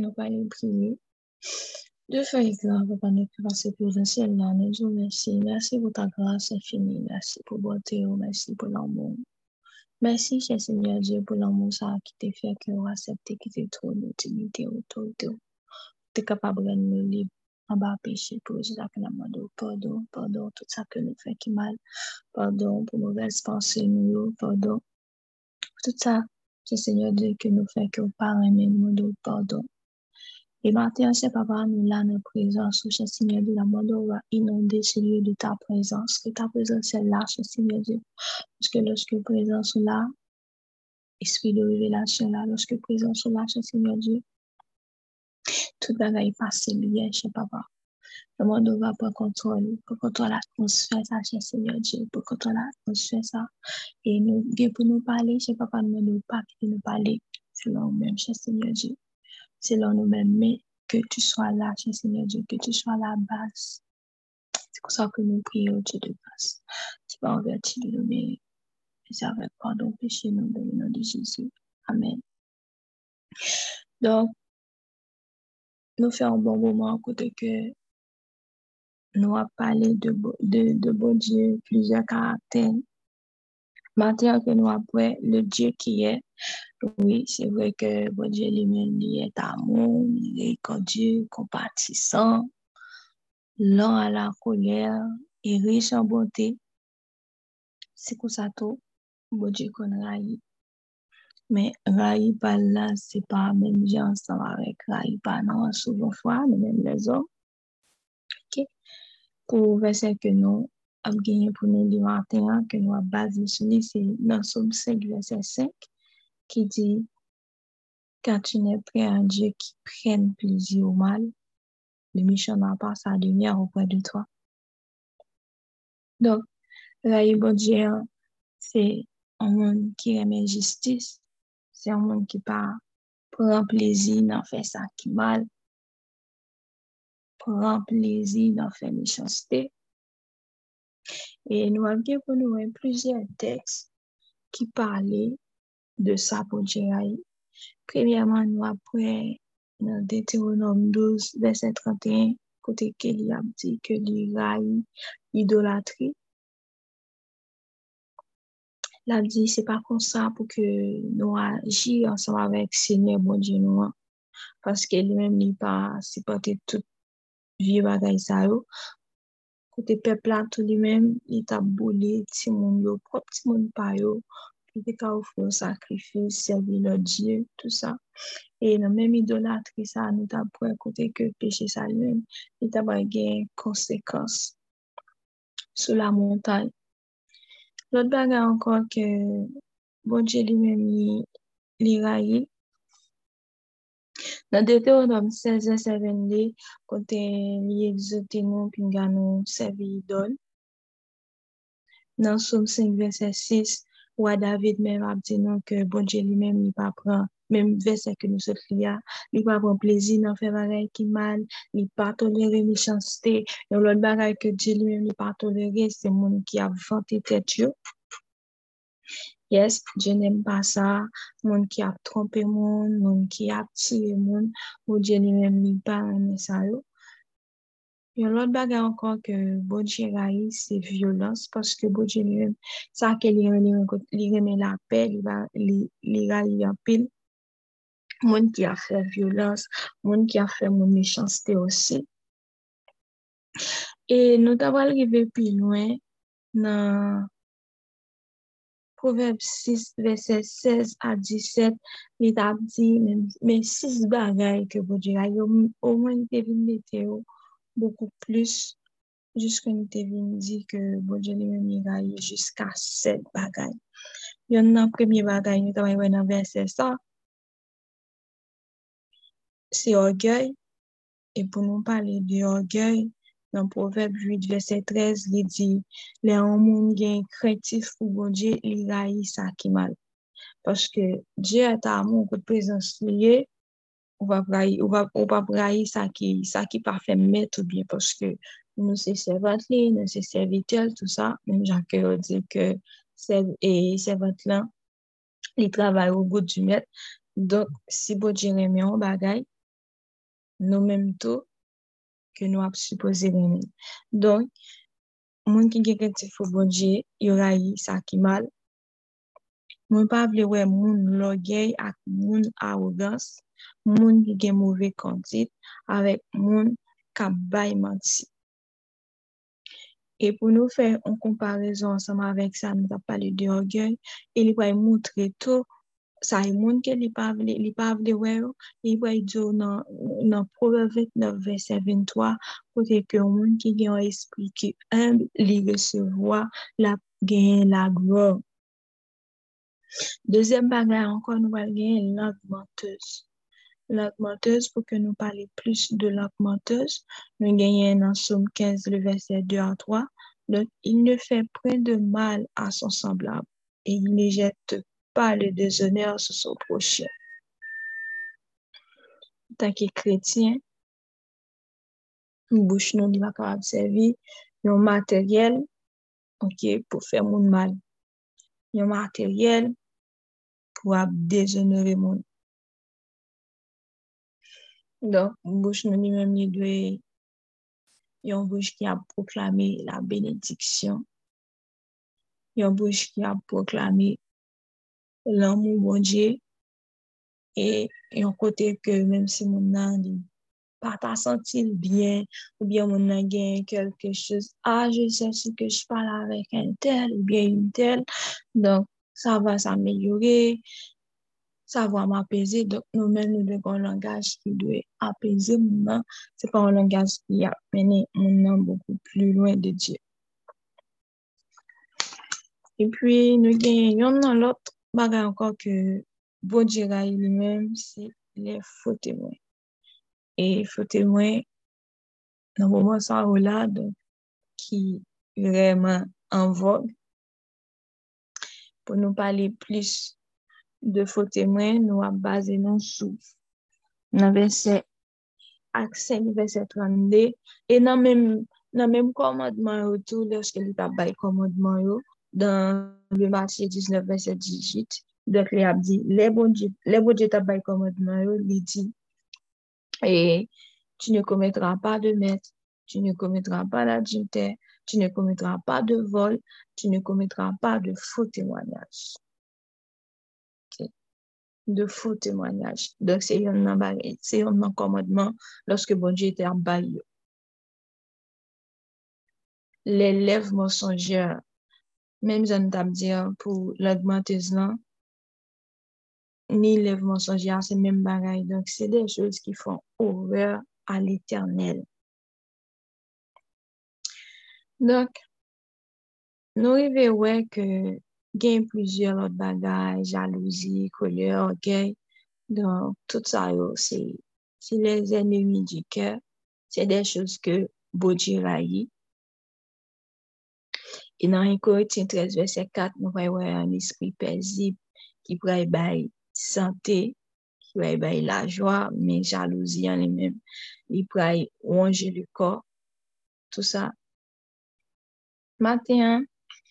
nous pas les prier. De faire grand, papa, nous passer pour le ciel, là, nous disons merci. Merci pour ta grâce infinie. Merci pour bonté, merci pour l'amour. Merci, cher Seigneur Dieu, pour l'amour ça qui t'a fait que nous accepter qui t'est trop de dignité, autorité. Tu es capable de nous libérer en bas péché pour tout ça que nous demandons. Pardon, pardon, tout ça que nous fait qui mal. Pardon pour mauvaises pensées, nous, pardon. Tout ça, cher Seigneur Dieu, que nous fait que nous parlons, mais nous demandons pardon. Et maintenant, c'est papa, nous là, notre présence, cher Seigneur Dieu, la mode va inonder ce lieu de ta présence. Que ta présence est là, cher Seigneur Dieu. Parce que lorsque présence est là, esprit de révélation là, lorsque présence est là, cher Seigneur Dieu, tout le monde passe bien, cher papa. Le monde va prendre contrôle, pour contrôler l'atmosphère, ça, cher Seigneur Dieu, pour contrôler l'atmosphère, ça. Et nous, pour nous parler, cher papa, nous ne pas qui nous parler, selon nous-mêmes, cher Seigneur Dieu. Selon nous-mêmes, mais que tu sois là, cher Seigneur Dieu, que tu sois la base. C'est pour ça que nous prions, Dieu de grâce. C'est pas en vertu de nous, mais c'est avec pardon, péché, nous, dans le nom de Jésus. Amen. Donc, nous faisons un bon moment, côté que nous avons parlé de bon Dieu, plusieurs caractères. Maintenant que nous avons le Dieu qui est, oui, c'est vrai que bon Dieu lui-même, il est amour, miséricordieux, compatissant, lent à la colère et riche en bonté. C'est pour ça tout, bon Dieu qu'on raille. Mais raille pas là, c'est pas même gens ensemble avec raille pas non, souvent fois, nous même les hommes. Ok? Pour verset que nous avons gagné pour nous du matin, que nous avons basé sur lui, c'est dans Somme 5, verset 5, qui dit, quand tu n'es prêt à un Dieu qui prenne plaisir au mal, le méchant n'a pas sa lumière auprès de toi. Donc, raille bon Dieu, c'est un monde qui aime justice, c'est un monde qui pas prend plaisir dans faire ça qui mal, prend plaisir dans faire méchanceté. Et nous avons pour nous plusieurs textes qui parlaient de ça pour Dieu. Premièrement, nous après dans Deutéronome 12, verset 31, côté qu'il a dit que l'idolâtrie. Il a dit, c'est pas comme ça pour que nous agissions ensemble avec Seigneur, bon Dieu, nous, parce que lui-même, il pas supporté tout vieux bagay ça yo. Côté peuple là, tout lui-même, il t'a boulé, ti moun yo, propre ti moun pa yo, il t'a offert un sacrifice, servir le Dieu, tout ça. Et dans même idolâtrie, ça, nous t'a pour côté que péché ça lui-même, il t'a pas gain conséquences sur la montagne. L'autre bagay encore que bon Dieu lui-même, il raille. Dans Deutéronome 16, verset 22, quand il exhorte nous, puis nous servir idole. Dans Somme 5, verset 6, où David même a dit non que bon Dieu lui-même, il pas prend, même verset que nous sommes là, il pas prend plaisir dans faire bagaille qui mal, il pas tolérer méchanceté. Et l'autre bagaille que Dieu lui-même, il pas tolérer, c'est le monde qui a vanté tête. Yes, Dieu n'aime pas ça. Monde qui a trompé monde qui a tiré monde, ou Dieu lui-même n'est pas aimé ça. Et l'autre bagage encore que bon Dieu raille, c'est violence, parce que bon Dieu lui-même, ça qu'il remet la paix, il raille en pile. Monde qui a fait violence, monde qui a fait mon méchanceté aussi. Et nous avons arrivé plus loin dans Proverbe 6, verset 16 à 17, il a dit, mais 6 bagailles que bon Dieu raille, au moins il devine météo beaucoup plus, jusqu'à nous devine dit que bon Dieu lui-même raille jusqu'à 7 bagailles. Il y a un premier bagaille, nous avons dans verset ça, c'est orgueil. Et pour nous parler de orgueil, dans Proverbe 8, verset 13, il dit, les hommes qui craintif pour bon Dieu, il raille ça qui mal. Parce que Dieu est amour, que présence liée, on va brailler ça qui pas fait mettre ou bien, parce que nous c'est servantes, nous c'est serviteurs, tout ça. Même Jacques dit que servante là, il travaille au goût du maître. Donc, si bon Dieu remet un bagaille, nous-mêmes tout que nous avons supposé aimer. Donc, moun qui gen kenti fo bon Dieu, yo rayi ça qui mal. Moun pa vle wè moun l'orgueil ak moun arrogance, moun qui gen mauvais conduite avec moun k'ap bay menti. Et pour nous faire une comparaison ensemble avec ça, nous avons parlé de orgueil, et il va montrer tout ça est moun que li pa vle wè yo, il va dire dans Proverbe 29 verset 23 côté que moun qui gen un esprit qui humble li recevoir la gain la gloire. Deuxième bagage encore nous va gagner l'augmenteuse. L'augmenteuse, pour que nous parlions plus de l'augmenteuse, nous gagnons dans Somme 15 le verset 2 à 3. Donc, il ne fait point de mal à son semblable et il ne jette pas le déshonneur sur son prochain. En tant que chrétien, une bouche nous dit pas servir un matériel, ok, pour faire mon mal. Un matériel pour déshonorer mon. Donc, bouche nous dit même il doit une bouche qui a proclamé la bénédiction. Une bouche qui a proclamé l'amour bon Dieu. Et un côté que même si mon nan pas ta senti bien, ou bien mon nan gagne quelque chose, je sais si que je parle avec un tel, ou bien une telle, donc ça va s'améliorer, ça va m'apaiser. Donc, nous-mêmes, nous devons un langage qui doit apaiser mon nan. C'est pas un langage qui a mené mon nan beaucoup plus loin de Dieu. Et puis, nous gagnons dans l'autre bagage encore que bon Dieu lui-même, c'est les faux témoins. Et faux témoins, dans le moment ça là, donc, qui est vraiment en vogue. Pour nous parler plus de faux témoins, nous avons basé nous sur dans verset 5, verset 32, et dans même commandement autour, lorsque nous avons commandement dans le Matthieu 19, verset 18, donc il a dit, les bons dieux t'ont commandement, il dit, et tu ne commettras pas de meurtre, tu ne commettras pas d'adultère, tu ne commettras pas de vol, tu ne commettras pas de faux témoignages. Okay. De faux témoignages. Donc, c'est un commandement lorsque bon Dieu était en bail. Les lèvres mensongères, même j'en ai dire pour l'augmenteuse là, ni lèvres mensongères, c'est même bagaille. Donc, c'est des choses qui font horreur à l'Éternel. Donc, nous arrivons que gain plusieurs autres bagages, jalousie, colère, orgueil. Donc, tout ça, c'est les ennemis du cœur. C'est des choses que bon Dieu raillit. Et dans 1 Corinthiens 13, verset 4, nous voyons un esprit paisible qui pourrait bailler santé, qui pourrait bailler la joie, mais jalousie en lui-même, il pourrait ronger le corps. Tout ça. Maintenant,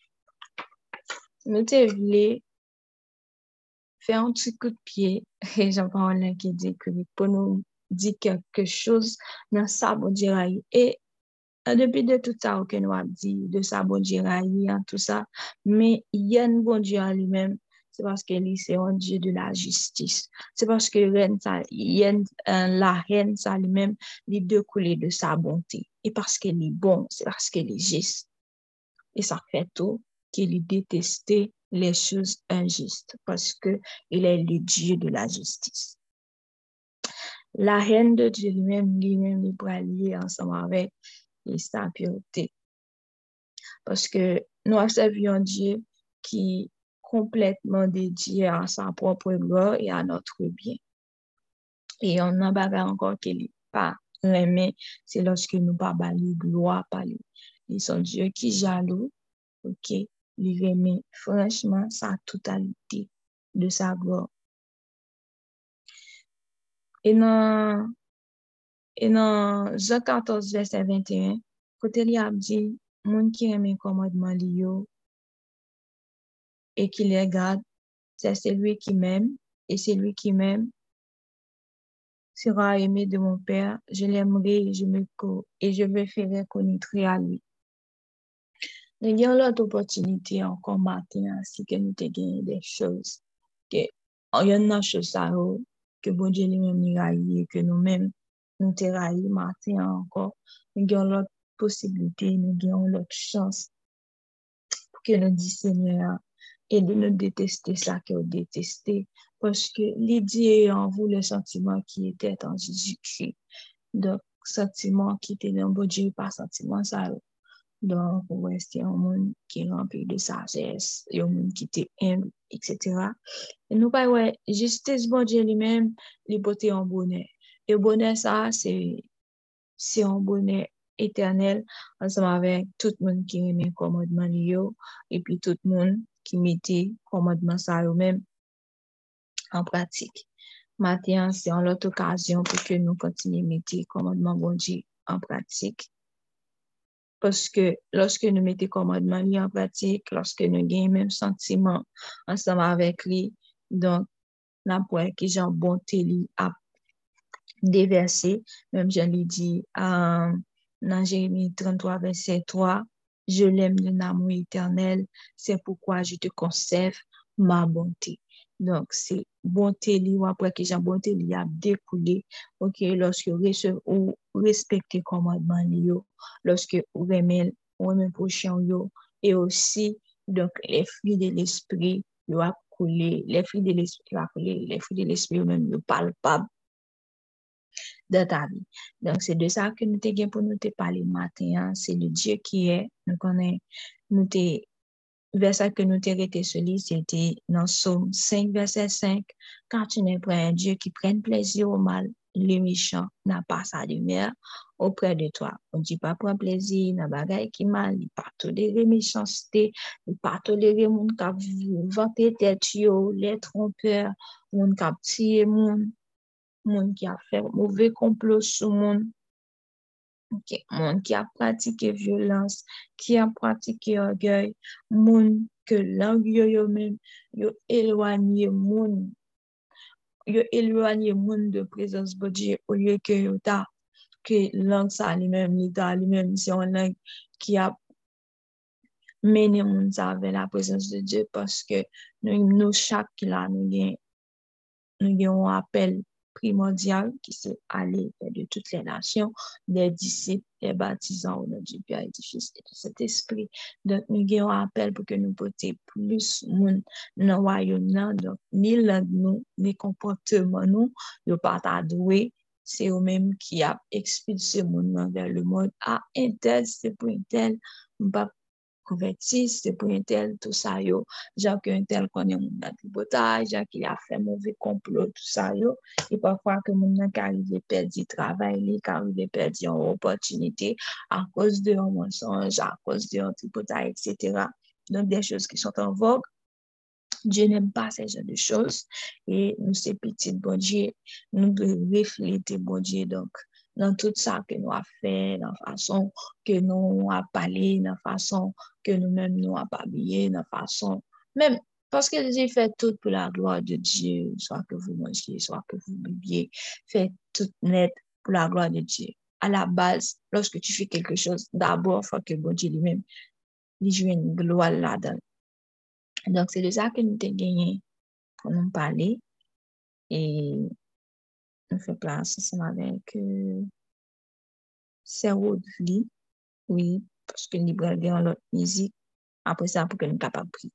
nous te voulons faire un petit coup de pied, et j'en parle là qui dit que pour nous dire quelque chose dans ça, bon Dieu, et depuis de tout ça que nous avons dit, de ça, bon Dieu, tout ça, mais il y a un bon Dieu lui-même, c'est parce que lui, c'est un Dieu de la justice. C'est parce que la reine, ça lui-même, les deux coulées de sa bonté. Et parce qu'il est bon, c'est parce qu'il est juste. Et ça fait tout qu'il détestait les choses injustes, parce que il est le Dieu de la justice. La reine de Dieu lui-même, il pourra lier ensemble avec sa pureté. Parce que nous avons un Dieu qui est complètement dédié à sa propre gloire et à notre bien. Et on n'a pas encore qu'il n'est pas aimé, c'est lorsque nous ne pas bali gloire par lui. Ils sont Dieu qui est jaloux, ok, il aime franchement sa totalité de sa gloire. Et dans Jean 14, verset 21, côté il a dit, moun qui aime commandement liyo et qui les garde, c'est celui qui m'aime, et celui qui m'aime, sera aimé de mon Père, je l'aimerai et je me ferai connaître à lui. Nous avons l'autre opportunité encore matin, si que nous avons des choses, que il y a des choses que bon Dieu lui-même raille, que nous-mêmes nous te raille matin encore. Nous avons l'autre possibilité, nous avons l'autre chance pour que nous disions Seigneur et de nous détester ça que nous détester. Parce que l'idée est en vous le sentiment qui était en Jésus-Christ. Donc, sentiment qui était dans bon Dieu, pas sentiment ça. Donc, c'est un monde qui est rempli de sagesse, et un monde qui est humble, etc. Et nous, pas, ouais, justice, bon Dieu lui-même, les beautés en bonheur. Et le bonheur, ça, c'est un bonheur éternel, ensemble avec tout le monde qui remet commandement lié, et puis tout le monde qui mettait commandement ça eux-mêmes en pratique. Maintenant, c'est en l'autre occasion pour que nous continuions à mettre commandement bon Dieu en pratique. Parce que lorsque nous mettons commandement lui en pratique, lorsque nous avons le même sentiment ensemble avec lui, donc, la pointe que j'ai bonté lui a déversé, même je lui dis, dans Jérémie 33, verset 3, je l'aime d'un amour éternel, c'est pourquoi je te conserve ma bonté. Donc, c'est bonté li ou après que j'ai bonté li a découlé, ok, lorsque vous respectez commandement li yo, lorsque vous remet prochain yo, et aussi, donc, les fruits de l'esprit, yo a coulé, les fruits de l'esprit a coulé, les fruits de l'esprit même yo palpable de ta vie. Donc, c'est de ça que nous te pour nous te parler matin, c'est le Dieu qui est, nous connaissons, nous te verset que nous t'arrêté celui, c'était dans Somme 5, verset 5. Quand tu n'es pas un Dieu qui prenne plaisir au mal, le méchant n'a pas sa lumière auprès de toi. On ne dit pas prendre plaisir dans bagaille qui mal, il pas tolérer méchanceté, il pas tolérer mon cap vanter tête les trompeurs, mon cap tirer mon qui a fait mauvais complot sur mon Okay. Monde qui a pratiqué violence, qui a pratiqué orgueil, monde que langue yo même, yo éloigné monde de présence de Dieu au lieu que yo ta, que langue ça lui-même, c'est une langue qui a mené monde ça vers la présence de Dieu parce que nous chaque là, nous avons un appel primordial qui c'est aller de toutes les nations, des disciples, des baptisants au nom du Père et du Fils et de cet esprit. Donc, nous avons un appel pour que nous portions plus de monde dans le royaume. Donc, ni langue nous, ni comportement nous, ne pas adoué. C'est eux-mêmes qui a expulsé le monde vers le monde. Ah, un tel, c'est pour un tel, pas converti, c'est pour un tel, tout ça, yo. Genre qu'un tel connaît mon tripotage, genre qu'il a fait mauvais complot, tout ça, yo. Et parfois que mon n'a qu'arrivé perdu travail, qu'arrivé perdu une opportunité à cause de un mensonge, à cause de un tripotage, etc. Donc, des choses qui sont en vogue. Dieu n'aime pas ces genres de choses. Et nous, ces petites bon Dieu, nous devons refléter bon Dieu. Donc, dans tout ça que nous avons fait, dans la façon que nous avons parlé, dans la façon que nous-mêmes nous avons habillé, dans la façon, même parce que Dieu fait tout pour la gloire de Dieu, soit que vous mangiez, soit que vous buviez, fait tout net pour la gloire de Dieu. À la base, lorsque tu fais quelque chose, d'abord, il faut que bon Dieu lui-même, lui joue une gloire là-dedans. Donc, c'est de ça que nous avons gagné pour nous parler et nous faire place ensemble avec Cerveau de vie, oui, parce que nous avons l'autre musique. Après ça, pour que nous soyons capables de prier.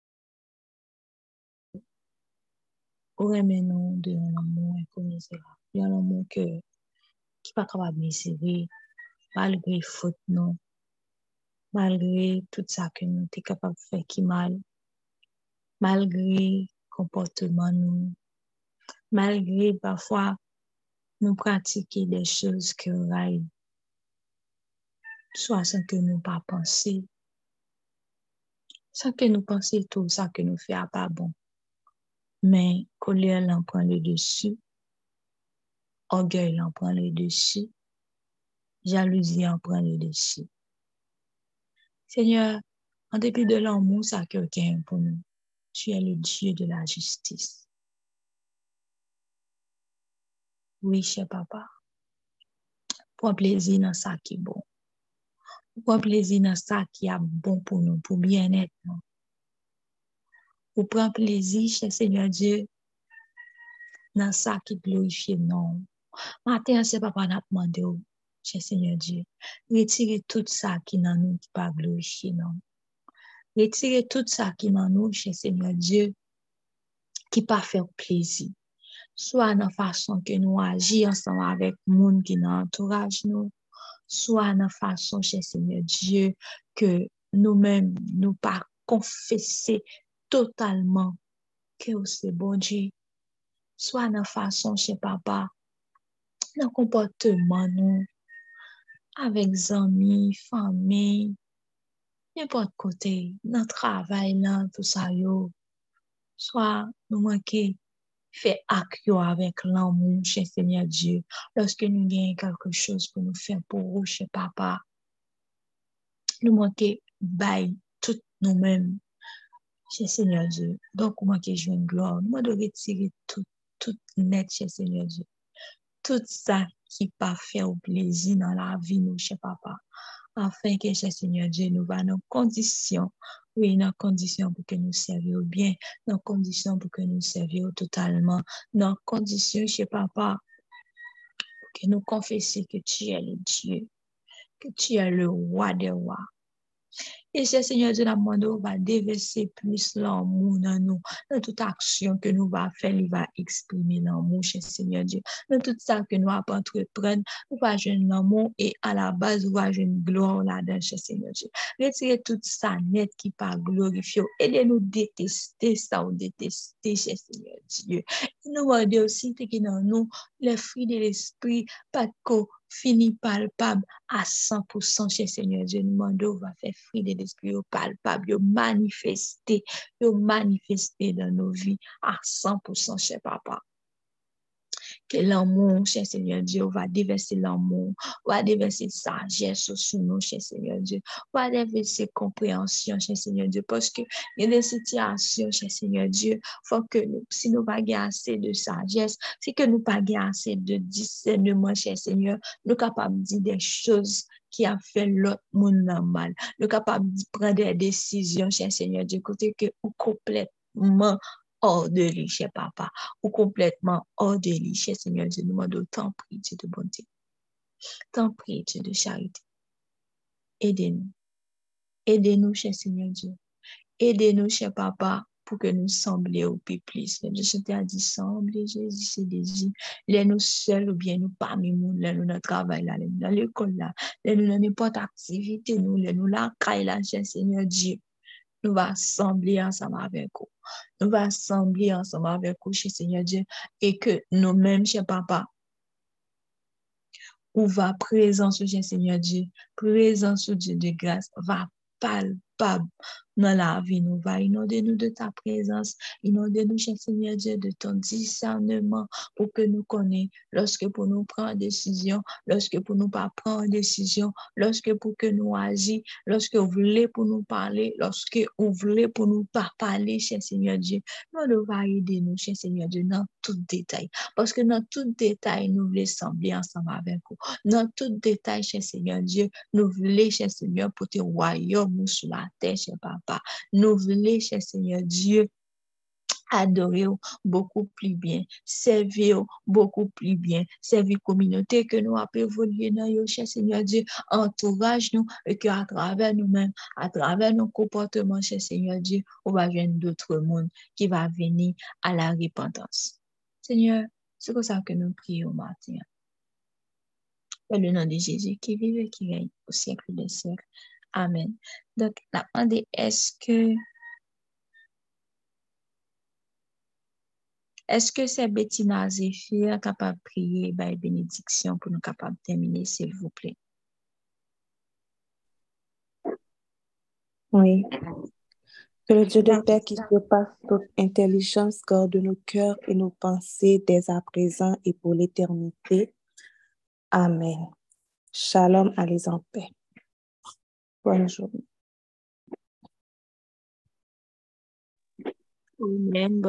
Nous de l'amour incommensurable, de l'amour qui n'est pas capable de servir, malgré faute, non, malgré tout ça que nous sommes capables de faire qui mal, malgré comportement nous, malgré parfois nous pratiquer des choses que raillent, soit sans que nous pas penser, sans que nous pensions tout ça que nous faisons pas bon. Mais colère l'en prend le dessus, orgueil l'en prend le dessus, jalousie en prend le dessus. Seigneur, en dépit de l'amour ça que tu as pour nous, tu es le Dieu de la justice. Oui, cher papa. Prends plaisir dans ça qui est bon. Prends plaisir dans ça qui est bon pour nous, pour bien-être. Ou prends plaisir, cher Seigneur Dieu, dans ça qui glorifie non. Matin, c'est papa n'a demandé, cher Seigneur Dieu, retirez tout ça qui dans nous qui pas glorifier non. Retirez tout ça qui dans nous, cher Seigneur Dieu, qui pas faire plaisir. Soit dans la façon que nous agissons ensemble avec le monde qui nous entourage nous, soit dans la façon, cher Seigneur Dieu, que nous-mêmes, nous pas confesser totalement que c'est bon Dieu. Soit dans la façon, cher papa, dans le comportement nous, avec amis, famille, n'importe côté, dans le travail, là, tout ça, yo. Soit nous manquons fait acte avec l'amour, cher Seigneur Dieu, lorsque nous gagnons quelque chose pour nous faire pour vous, cher papa. Nous manquons bail tout nous-mêmes, cher Seigneur Dieu. Donc, nous manquons jouer une gloire. Nous devons retirer tout net, cher Seigneur Dieu. Tout ça qui pas fait au plaisir dans la vie, nous, cher papa. Afin que, cher Seigneur Dieu, nous va dans conditions, oui, dans conditions pour que nous servions bien, dans conditions pour que nous servions totalement, dans conditions, cher papa, pour que nous confessions que tu es le Dieu, que tu es le roi des rois. Et cher Seigneur Dieu, la demande va déverser plus l'amour dans nous. Dans toute action que nous va faire, il va exprimer l'amour, cher Seigneur Dieu. Dans tout ça que nous va entreprendre, nous va jouer l'amour et à la base, nous va jouer une gloire là-dedans, cher Seigneur Dieu. Retirez tout ça net qui pas glorifié. Aidez-nous détester ça ou détester, cher Seigneur Dieu. Et nous demandons aussi que dans nous, les fruits de l'esprit, pas de fini palpable à 100%, cher Seigneur Dieu. Nous demandons, va faire fruit de l'esprit palpable, manifester dans nos vies à 100%, cher papa. Que l'amour, cher Seigneur Dieu, va déverser l'amour, va déverser sagesse sur nous, cher Seigneur Dieu, va déverser compréhension, cher Seigneur Dieu, parce que il y a des situations, cher Seigneur Dieu, faut que nous, si nous pas assez de sagesse, si que nous pas assez de discernement, cher Seigneur, nous capables de dire des choses qui a fait l'autre monde mal, nous capables de prendre des décisions, cher Seigneur Dieu, côté que ou complètement hors de lui, cher papa, ou complètement hors de lui, cher Seigneur Dieu, nous demandons tant prie, Dieu de bonté, tant prie, Dieu de charité. Aidez-nous. Aidez-nous, cher Seigneur Dieu. Aidez-nous, cher papa, pour que nous semblions au plus. Je t'ai dit, semble, Jésus, c'est désir. Laisse-nous seuls ou bien nous parmi nous, laisse-nous dans le travail, là, dans l'école, là, laisse-nous dans n'importe activité, nous, laisse-nous là, caille là, cher Seigneur Dieu. Nous va assembler ensemble avec vous. Nous va assembler ensemble avec vous, cher Seigneur Dieu, et que nous-mêmes, cher papa, ou va présence, cher Seigneur Dieu, présence, Dieu de grâce, va palpable dans la vie. Nous va inonder nous de ta présence, inonder nous, cher Seigneur Dieu, de ton discernement pour que nous connaissions, lorsque pour nous prendre décision, lorsque pour nous pas prendre décision, lorsque pour que nous agir, lorsque vous voulez pour nous parler, lorsque vous voulez pour nous pas parler, cher Seigneur Dieu, nous devons aider nous, cher Seigneur Dieu, dans tout détail. Parce que dans tout détail, nous voulons sembler ensemble avec vous. Dans tout détail, cher Seigneur Dieu, nous voulons, cher Seigneur, pour tes royaumes sur la terre, cher papa. Nous voulons, cher Seigneur Dieu, adorer beaucoup plus bien, servir beaucoup plus bien, servir communauté que nous avons évolué dans le cher Seigneur Dieu, entourage nous et qu'à travers nous-mêmes, à travers nos comportements, cher Seigneur Dieu, on va joindre d'autres mondes qui va venir à la repentance. Seigneur, c'est pour ça que nous prions matin. Dans le nom de Jésus qui vive et qui règne au siècle des siècles. Amen. Donc, la demande est-ce que c'est Bettina Zéphir capable de prier by bénédiction pour nous capables de terminer, s'il vous plaît? Oui. Que le Dieu de paix qui surpasse toute intelligence garde nos cœurs et nos pensées dès à présent et pour l'éternité. Amen. Shalom, allez en paix. Bonne journée. Amen.